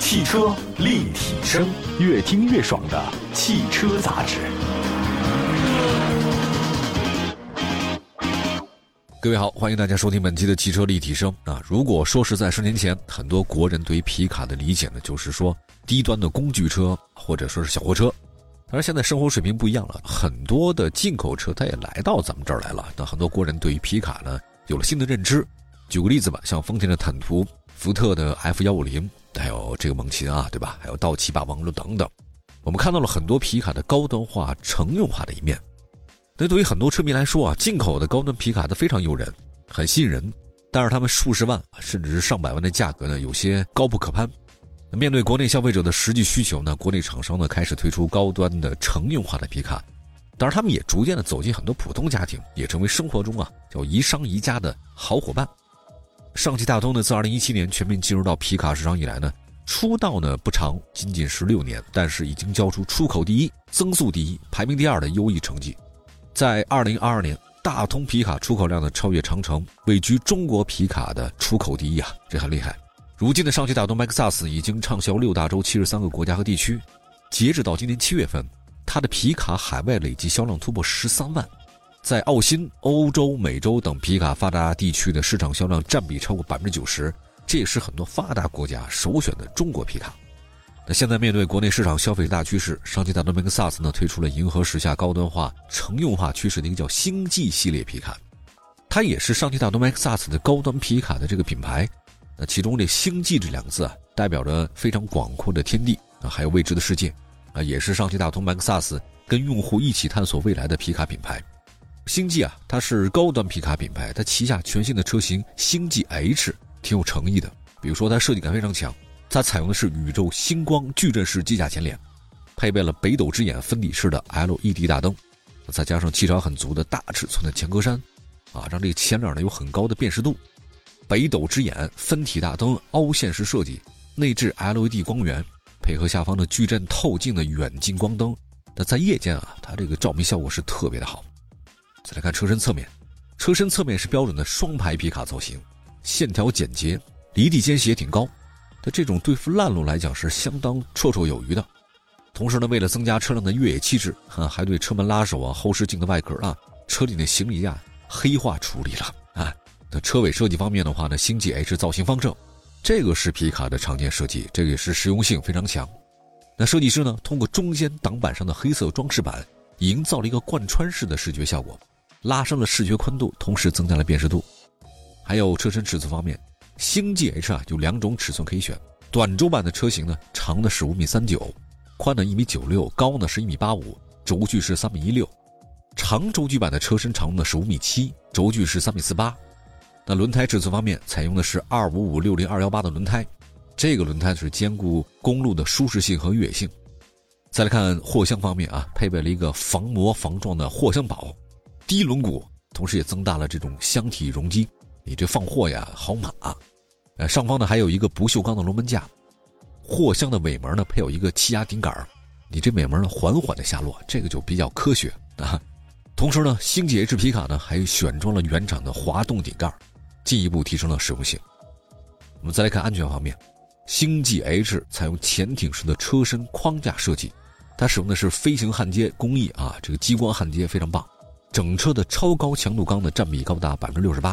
汽车立体声，越听越爽的汽车杂志。 各位好，欢迎大家收听本期的汽车立体声啊。如果说是在10年前，很多国人对于皮卡的理解呢，就是说低端的工具车或者说是小货车。当然现在生活水平不一样了，很多的进口车它也来到咱们这儿来了，那很多国人对于皮卡呢有了新的认知。举个例子吧，像丰田的坦途、福特的 F150， 还有这个猛禽啊，对吧？还有道奇霸王龙等等，我们看到了很多皮卡的高端化、乘用化的一面。那对于很多车迷来说啊，进口的高端皮卡都非常诱人，很吸引人，但是他们数十万甚至是上百万的价格呢，有些高不可攀。面对国内消费者的实际需求呢，国内厂商呢开始推出高端的乘用化的皮卡，当然他们也逐渐的走进很多普通家庭，也成为生活中叫宜商宜家的好伙伴。上汽大通呢自2017年全面进入到皮卡市场以来呢，出道呢不长，仅仅16年，但是已经交出出口第一、增速第一、排名第2的优异成绩。在2022年，大通皮卡出口量呢超越长城，位居中国皮卡的出口第一啊，这很厉害。如今的上汽大通 MAXUS 已经畅销6大洲73个国家和地区，截止到今年7月份，它的皮卡海外累计销量突破13万，在澳新、欧洲、美洲等皮卡发达地区的市场销量占比超过 90%， 这也是很多发达国家首选的中国皮卡。那现在面对国内市场消费大趋势，上汽大通 MAXUS 呢推出了迎合时下高端化、乘用化趋势的一个叫星际系列皮卡，它也是上汽大通 MAXUS 的高端皮卡的这个品牌。那其中这星际这两个字代表着非常广阔的天地还有未知的世界也是上汽大通 MAXUS 跟用户一起探索未来的皮卡品牌。星际它是高端皮卡品牌，它旗下全新的车型星际 H 挺有诚意的，比如说它设计感非常强，它采用的是宇宙星光矩阵式机甲前脸，配备了北斗之眼分体式的 LED 大灯，再加上气场很足的大尺寸的前格栅让这个前脸呢有很高的辨识度。北斗之眼分体大灯凹陷式设计，内置 LED 光源，配合下方的矩阵透镜的远近光灯，那在夜间它这个照明效果是特别的好。再来看车身侧面，车身侧面是标准的双排皮卡造型，线条简洁，离地间隙也挺高，那这种对付烂路来讲是相当绰绰有余的。同时呢，为了增加车辆的越野气质还对车门拉手后视镜的外壳车顶的行李架黑化处理了那车尾设计方面的话呢，星际 H 造型方正，这个是皮卡的常见设计，这个也是实用性非常强。那设计师呢，通过中间挡板上的黑色装饰板，营造了一个贯穿式的视觉效果，拉伸了视觉宽度，同时增加了辨识度。还有车身尺寸方面，星际 H 有2种尺寸可以选，短轴版的车型呢，长的是5.39米，宽的1.96米，高呢是1.85米，轴距是3.16米。长轴距版的车身长呢是5.7米，轴距是3.48米。那轮胎尺寸方面，采用的是255/60/218的轮胎，这个轮胎是兼顾公路的舒适性和越野性。再来看货箱方面配备了一个防磨防撞的货箱宝，低轮毂，同时也增大了这种箱体容积，你这放货好码。上方呢还有一个不锈钢的龙门架，货箱的尾门呢配有一个气压顶杆，你这尾门呢缓缓的下落，这个就比较科学同时呢，星际 H 皮卡呢还选装了原厂的滑动顶盖，进一步提升了实用性。我们再来看安全方面，星际 H 采用潜艇式的车身框架设计，它使用的是飞行焊接工艺这个激光焊接非常棒，整车的超高强度钢的占比高达 68%，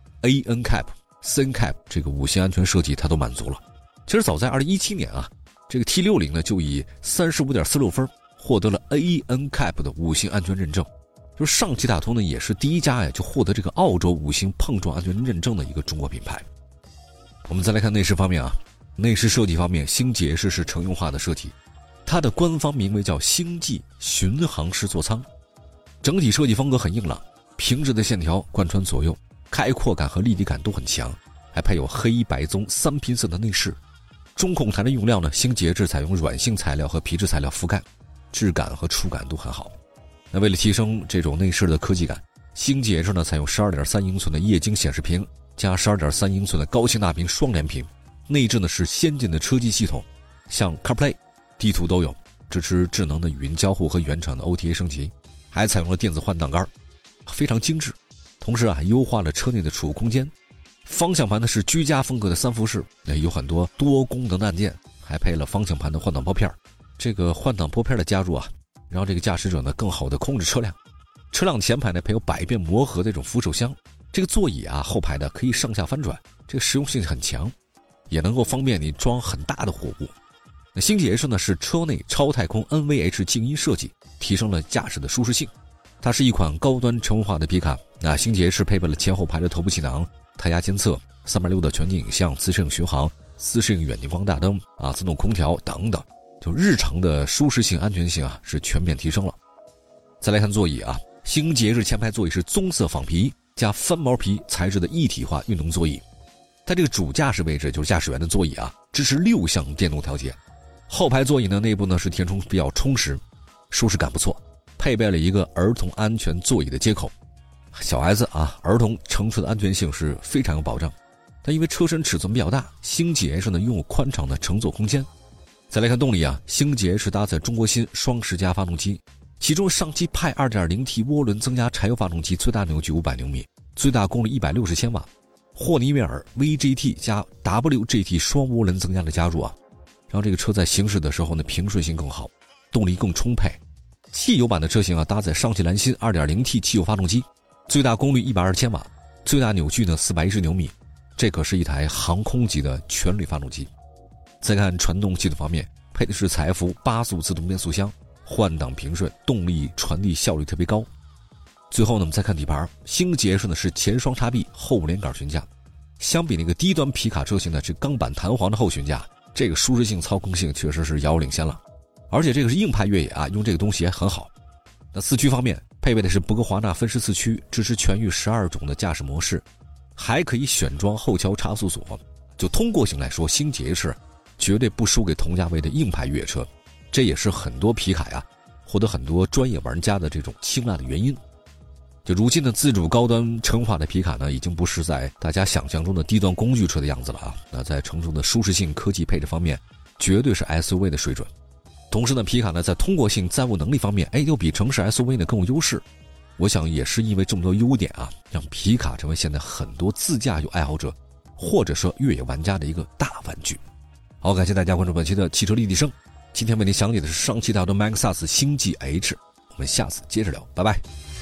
ANCAP、CNCAP 这个5星安全设计它都满足了。其实早在2017年这个 T60 呢就以 35.46 分获得了 ANCAP 的5星安全认证。就是上汽大通呢也是第一家就获得这个澳洲5星碰撞安全认证的一个中国品牌。我们再来看内饰方面内饰设计方面，星际 H 是乘用化的设计，它的官方名为叫星际巡航式座舱，整体设计风格很硬朗，平直的线条贯穿左右，开阔感和立体感都很强，还配有黑白棕3拼色的内饰。中控台的用料呢，星际 H 采用软性材料和皮质材料覆盖，质感和触感都很好。那为了提升这种内饰的科技感，星际 H 呢采用 12.3 英寸的液晶显示屏加 12.3 英寸的高清大屏双联屏，内置呢是先进的车机系统，像 CarPlay、地图都有，支持智能的语音交互和原厂的 OTA 升级，还采用了电子换挡杆，非常精致。同时还优化了车内的储物空间。方向盘呢是居家风格的3辐式，有很多多功能的按键， 还配了方向盘的换挡拨片。这个换挡拨片的加入啊，让这个驾驶者呢更好的控制车辆。车辆前排呢配有百变磨合的这种扶手箱，这个座椅啊后排的可以上下翻转，这个实用性很强，也能够方便你装很大的货物。那星际 H 呢是车内超太空 NVH 静音设计，提升了驾驶的舒适性。它是一款高端乘务化的皮卡。那星际 H 配备了前后排的头部气囊、胎压监测、360的全景影像、自适应巡航、自适应远近光大灯啊、自动空调等等，就日常的舒适性、安全性啊是全面提升了。再来看座椅啊，星际 H 前排座椅是棕色仿皮加翻毛皮材质的一体化运动座椅。在这个主驾驶位置，就是驾驶员的座椅啊，支持6项电动调节。后排座椅呢，内部呢是填充比较充实，舒适感不错，配备了一个儿童安全座椅的接口。小孩子啊，儿童乘车的安全性是非常有保障。但因为车身尺寸比较大，星际 H 呢拥有宽敞的乘坐空间。再来看动力啊，星际 H 搭载中国新双10加发动机，其中上汽派 2.0T 涡轮增压柴油发动机最大扭矩500牛米，最大功率160千瓦。霍尼韦尔 VGT 加 WGT 双涡轮增压的加入啊，让这个车在行驶的时候呢平顺性更好，动力更充沛。汽油版的车型啊，搭载上汽蓝芯 2.0T 汽油发动机，最大功率120千瓦，最大扭矩呢410牛米，这可是一台航空级的全铝发动机。再看传动系统方面，配的是采孚8速自动变速箱，换挡平顺，动力传递效率特别高。最后呢，我们再看底盘，星际 H 呢是前双叉臂后连杆悬架，相比那个低端皮卡车型呢是钢板弹簧的后悬架，这个舒适性、操控性确实是遥遥领先了。而且这个是硬派越野啊，用这个东西也很好。那四驱方面配备的是博格华纳分时四驱，支持全域12种的驾驶模式，还可以选装后桥差速锁。就通过性来说，星际 H 绝对不输给同价位的硬派越野车，这也是很多皮卡呀获得很多专业玩家的这种青睐的原因。就如今的自主高端乘化的皮卡呢，已经不是在大家想象中的低端工具车的样子了啊。那在乘坐的舒适性、科技配置方面，绝对是 SUV 的水准。同时呢，皮卡呢在通过性、载物能力方面，又比城市 SUV 呢更有优势。我想也是因为这么多优点啊，让皮卡成为现在很多自驾游爱好者或者说越野玩家的一个大玩具。好，感谢大家关注本期的汽车立体声。今天为您讲解的是上汽大通 MAXUS 星际 H， 我们下次接着聊，拜拜。